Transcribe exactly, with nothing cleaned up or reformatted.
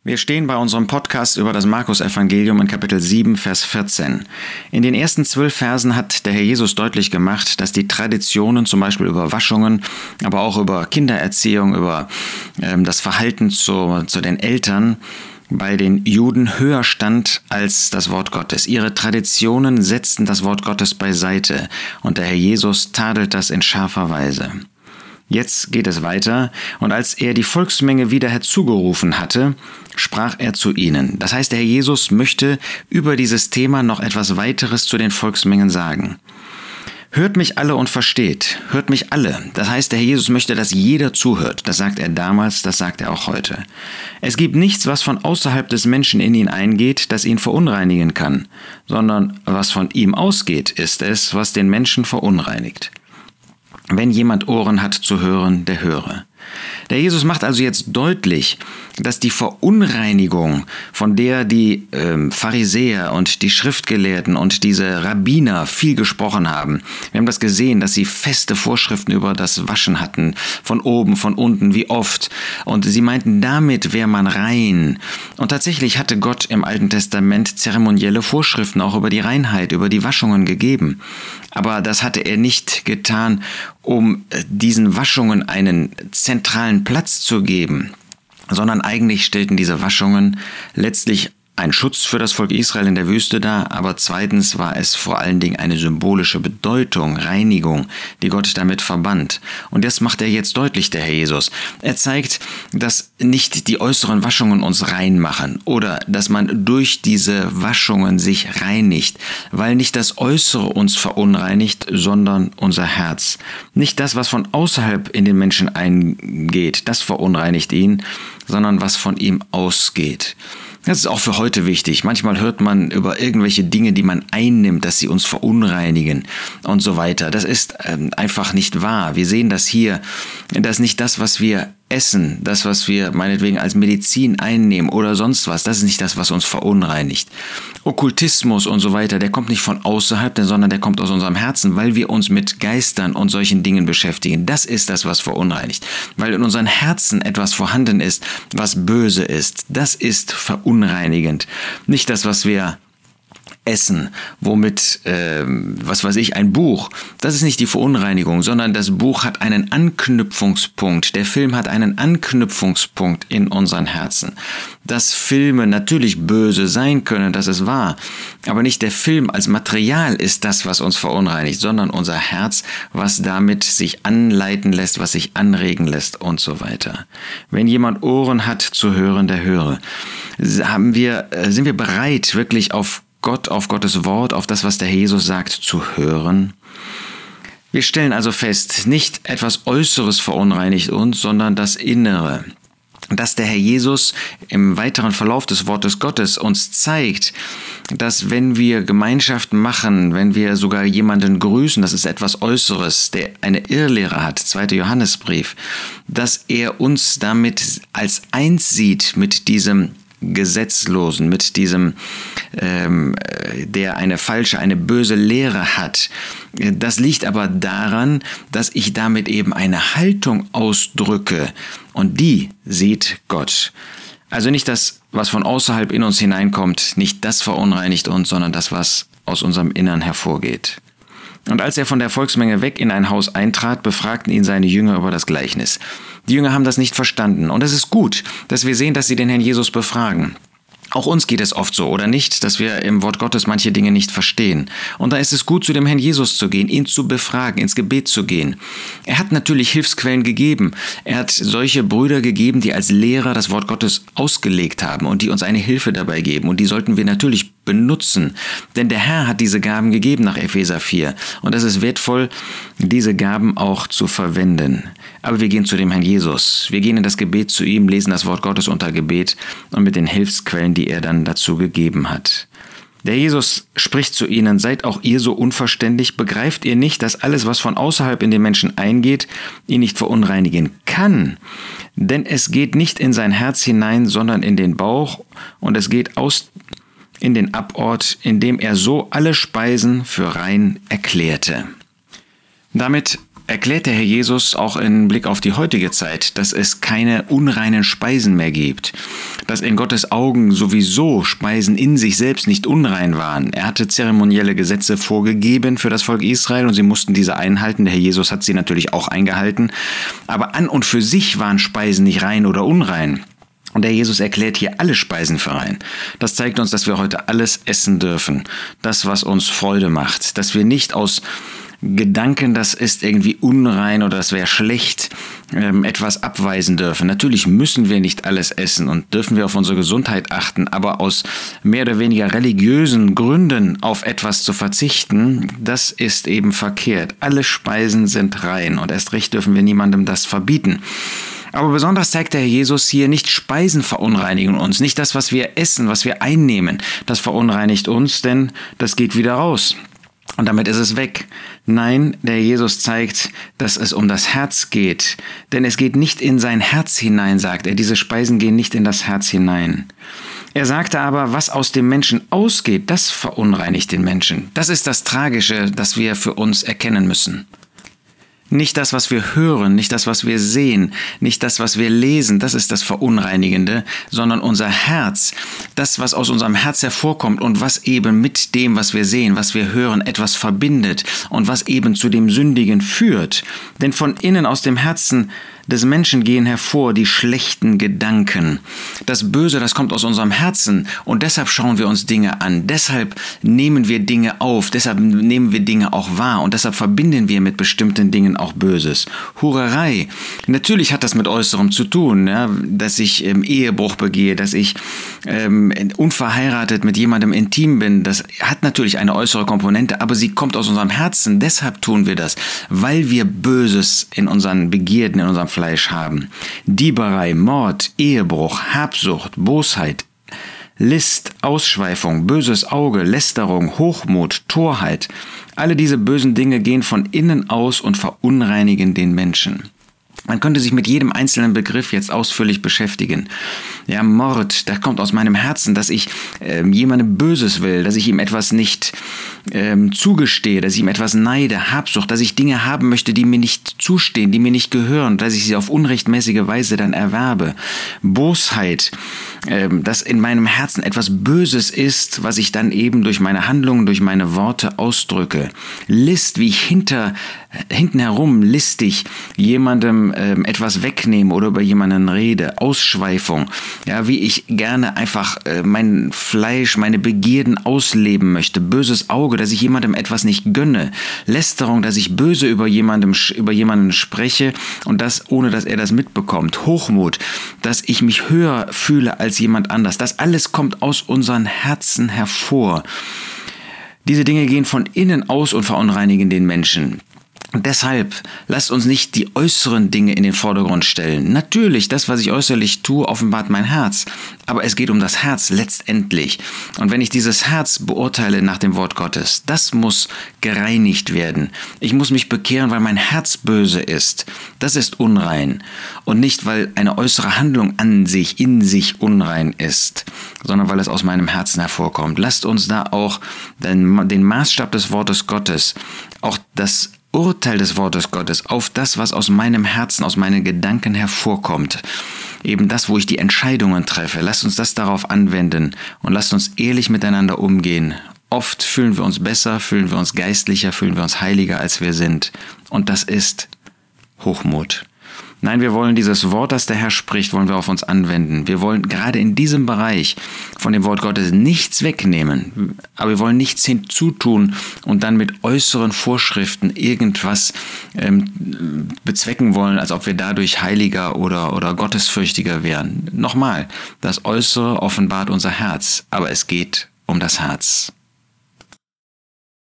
Wir stehen bei unserem Podcast über das Markus-Evangelium in Kapitel sieben, Vers vierzehn. In den ersten zwölf Versen hat der Herr Jesus deutlich gemacht, dass die Traditionen, zum Beispiel über Waschungen, aber auch über Kindererziehung, über ähm, das Verhalten zu, zu den Eltern, bei den Juden höher stand als das Wort Gottes. Ihre Traditionen setzten das Wort Gottes beiseite und der Herr Jesus tadelt das in scharfer Weise. Jetzt geht es weiter, und als er die Volksmenge wieder herzugerufen hatte, sprach er zu ihnen. Das heißt, der Herr Jesus möchte über dieses Thema noch etwas weiteres zu den Volksmengen sagen. Hört mich alle und versteht, hört mich alle. Das heißt, der Herr Jesus möchte, dass jeder zuhört. Das sagt er damals, das sagt er auch heute. Es gibt nichts, was von außerhalb des Menschen in ihn eingeht, das ihn verunreinigen kann, sondern was von ihm ausgeht, ist es, was den Menschen verunreinigt. Wenn jemand Ohren hat zu hören, der höre. Der Jesus macht also jetzt deutlich, dass die Verunreinigung, von der die äh, Pharisäer und die Schriftgelehrten und diese Rabbiner viel gesprochen haben, wir haben das gesehen, dass sie feste Vorschriften über das Waschen hatten, von oben, von unten, wie oft. Und sie meinten, damit wäre man rein. Und tatsächlich hatte Gott im Alten Testament zeremonielle Vorschriften auch über die Reinheit, über die Waschungen gegeben. Aber das hatte er nicht getan, um diesen Waschungen einen zentralen Platz zu geben, sondern eigentlich stellten diese Waschungen letztlich ein Schutz für das Volk Israel in der Wüste dar, aber zweitens war es vor allen Dingen eine symbolische Bedeutung, Reinigung, die Gott damit verband. Und das macht er jetzt deutlich, der Herr Jesus. Er zeigt, dass nicht die äußeren Waschungen uns rein machen oder dass man durch diese Waschungen sich reinigt, weil nicht das Äußere uns verunreinigt, sondern unser Herz. Nicht das, was von außerhalb in den Menschen eingeht, das verunreinigt ihn, sondern was von ihm ausgeht. Das ist auch für heute wichtig. Manchmal hört man über irgendwelche Dinge, die man einnimmt, dass sie uns verunreinigen und so weiter. Das ist ähm, einfach nicht wahr. Wir sehen das hier. Das ist nicht das, was wir essen, das, was wir meinetwegen als Medizin einnehmen oder sonst was. Das ist nicht das, was uns verunreinigt. Okkultismus und so weiter, der kommt nicht von außerhalb, sondern der kommt aus unserem Herzen, weil wir uns mit Geistern und solchen Dingen beschäftigen. Das ist das, was verunreinigt. Weil in unseren Herzen etwas vorhanden ist, was böse ist. Das ist verunreinigend. Nicht das, was wir essen, womit, äh, was weiß ich, ein Buch. Das ist nicht die Verunreinigung, sondern das Buch hat einen Anknüpfungspunkt. Der Film hat einen Anknüpfungspunkt in unseren Herzen. Dass Filme natürlich böse sein können, das ist wahr. Aber nicht der Film als Material ist das, was uns verunreinigt, sondern unser Herz, was damit sich anleiten lässt, was sich anregen lässt und so weiter. Wenn jemand Ohren hat zu hören, der höre. Haben wir, sind wir bereit, wirklich auf Gott, auf Gottes Wort, auf das, was der Jesus sagt, zu hören? Wir stellen also fest, nicht etwas Äußeres verunreinigt uns, sondern das Innere. Dass der Herr Jesus im weiteren Verlauf des Wortes Gottes uns zeigt, dass wenn wir Gemeinschaft machen, wenn wir sogar jemanden grüßen, das ist etwas Äußeres, der eine Irrlehre hat, zweiter Johannesbrief, dass er uns damit als eins sieht mit diesem Gesetzlosen, mit diesem, ähm, der eine falsche, eine böse Lehre hat. Das liegt aber daran, dass ich damit eben eine Haltung ausdrücke und die sieht Gott. Also nicht das, was von außerhalb in uns hineinkommt, nicht das verunreinigt uns, sondern das, was aus unserem Innern hervorgeht. Und als er von der Volksmenge weg in ein Haus eintrat, befragten ihn seine Jünger über das Gleichnis. Die Jünger haben das nicht verstanden. Und es ist gut, dass wir sehen, dass sie den Herrn Jesus befragen. Auch uns geht es oft so, oder nicht, dass wir im Wort Gottes manche Dinge nicht verstehen. Und da ist es gut, zu dem Herrn Jesus zu gehen, ihn zu befragen, ins Gebet zu gehen. Er hat natürlich Hilfsquellen gegeben. Er hat solche Brüder gegeben, die als Lehrer das Wort Gottes ausgelegt haben und die uns eine Hilfe dabei geben. Und die sollten wir natürlich benutzen. Denn der Herr hat diese Gaben gegeben nach Epheser vier. Und es ist wertvoll, diese Gaben auch zu verwenden. Aber wir gehen zu dem Herrn Jesus. Wir gehen in das Gebet zu ihm, lesen das Wort Gottes unter Gebet und mit den Hilfsquellen, die er dann dazu gegeben hat. Der Jesus spricht zu ihnen: Seid auch ihr so unverständig? Begreift ihr nicht, dass alles, was von außerhalb in den Menschen eingeht, ihn nicht verunreinigen kann? Denn es geht nicht in sein Herz hinein, sondern in den Bauch, und es geht aus in den Abort, indem er so alle Speisen für rein erklärte. Damit erklärt der Herr Jesus auch im Blick auf die heutige Zeit, dass es keine unreinen Speisen mehr gibt, dass in Gottes Augen sowieso Speisen in sich selbst nicht unrein waren. Er hatte zeremonielle Gesetze vorgegeben für das Volk Israel und sie mussten diese einhalten. Der Herr Jesus hat sie natürlich auch eingehalten, aber an und für sich waren Speisen nicht rein oder unrein. Und der Jesus erklärt hier alle Speisen für rein. Das zeigt uns, dass wir heute alles essen dürfen. Das, was uns Freude macht. Dass wir nicht aus Gedanken, das ist irgendwie unrein oder das wäre schlecht, ähm, etwas abweisen dürfen. Natürlich müssen wir nicht alles essen und dürfen wir auf unsere Gesundheit achten, aber aus mehr oder weniger religiösen Gründen auf etwas zu verzichten, das ist eben verkehrt. Alle Speisen sind rein und erst recht dürfen wir niemandem das verbieten. Aber besonders zeigt der Herr Jesus hier, nicht Speisen verunreinigen uns, nicht das, was wir essen, was wir einnehmen, das verunreinigt uns, denn das geht wieder raus. Und damit ist es weg. Nein, der Jesus zeigt, dass es um das Herz geht. Denn es geht nicht in sein Herz hinein, sagt er. Diese Speisen gehen nicht in das Herz hinein. Er sagte aber, was aus dem Menschen ausgeht, das verunreinigt den Menschen. Das ist das Tragische, das wir für uns erkennen müssen. Nicht das, was wir hören, nicht das, was wir sehen, nicht das, was wir lesen, das ist das Verunreinigende, sondern unser Herz, das, was aus unserem Herz hervorkommt und was eben mit dem, was wir sehen, was wir hören, etwas verbindet und was eben zu dem Sündigen führt. Denn von innen aus dem Herzen des Menschen gehen hervor die schlechten Gedanken. Das Böse, das kommt aus unserem Herzen und deshalb schauen wir uns Dinge an. Deshalb nehmen wir Dinge auf, deshalb nehmen wir Dinge auch wahr und deshalb verbinden wir mit bestimmten Dingen auch Böses. Hurerei. Natürlich hat das mit Äußerem zu tun, ja, dass ich ähm, Ehebruch begehe, dass ich ähm, unverheiratet mit jemandem intim bin. Das hat natürlich eine äußere Komponente, aber sie kommt aus unserem Herzen. Deshalb tun wir das, weil wir Böses in unseren Begierden, in unserem Fleisch haben. Dieberei, Mord, Ehebruch, Habsucht, Bosheit, List, Ausschweifung, böses Auge, Lästerung, Hochmut, Torheit. Alle diese bösen Dinge gehen von innen aus und verunreinigen den Menschen. Man könnte sich mit jedem einzelnen Begriff jetzt ausführlich beschäftigen. Ja, Mord, das kommt aus meinem Herzen, dass ich äh, jemandem Böses will, dass ich ihm etwas nicht ähm, zugestehe, dass ich ihm etwas neide, Habsucht, dass ich Dinge haben möchte, die mir nicht zustehen, die mir nicht gehören, dass ich sie auf unrechtmäßige Weise dann erwerbe. Bosheit, ähm, dass in meinem Herzen etwas Böses ist, was ich dann eben durch meine Handlungen, durch meine Worte ausdrücke. List, wie ich hinter, hinten herum listig jemandem ähm, etwas wegnehme oder über jemanden rede. Ausschweifung, ja, wie ich gerne einfach äh, mein Fleisch, meine Begierden ausleben möchte. Böses Auge, dass ich jemandem etwas nicht gönne. Lästerung, dass ich böse über jemandem, über jemanden spreche und das, ohne dass er das mitbekommt. Hochmut, dass ich mich höher fühle als jemand anders. Das alles kommt aus unseren Herzen hervor. Diese Dinge gehen von innen aus und verunreinigen den Menschen. Und deshalb lasst uns nicht die äußeren Dinge in den Vordergrund stellen. Natürlich, das, was ich äußerlich tue, offenbart mein Herz. Aber es geht um das Herz letztendlich. Und wenn ich dieses Herz beurteile nach dem Wort Gottes, das muss gereinigt werden. Ich muss mich bekehren, weil mein Herz böse ist. Das ist unrein. Und nicht, weil eine äußere Handlung an sich, in sich unrein ist, sondern weil es aus meinem Herzen hervorkommt. Lasst uns da auch den, den Maßstab des Wortes Gottes, auch das Urteil des Wortes Gottes auf das, was aus meinem Herzen, aus meinen Gedanken hervorkommt. Eben das, wo ich die Entscheidungen treffe. Lasst uns das darauf anwenden und lasst uns ehrlich miteinander umgehen. Oft fühlen wir uns besser, fühlen wir uns geistlicher, fühlen wir uns heiliger, als wir sind. Und das ist Hochmut. Nein, wir wollen dieses Wort, das der Herr spricht, wollen wir auf uns anwenden. Wir wollen gerade in diesem Bereich von dem Wort Gottes nichts wegnehmen, aber wir wollen nichts hinzutun und dann mit äußeren Vorschriften irgendwas ähm, bezwecken wollen, als ob wir dadurch heiliger oder, oder gottesfürchtiger wären. Nochmal, das Äußere offenbart unser Herz, aber es geht um das Herz.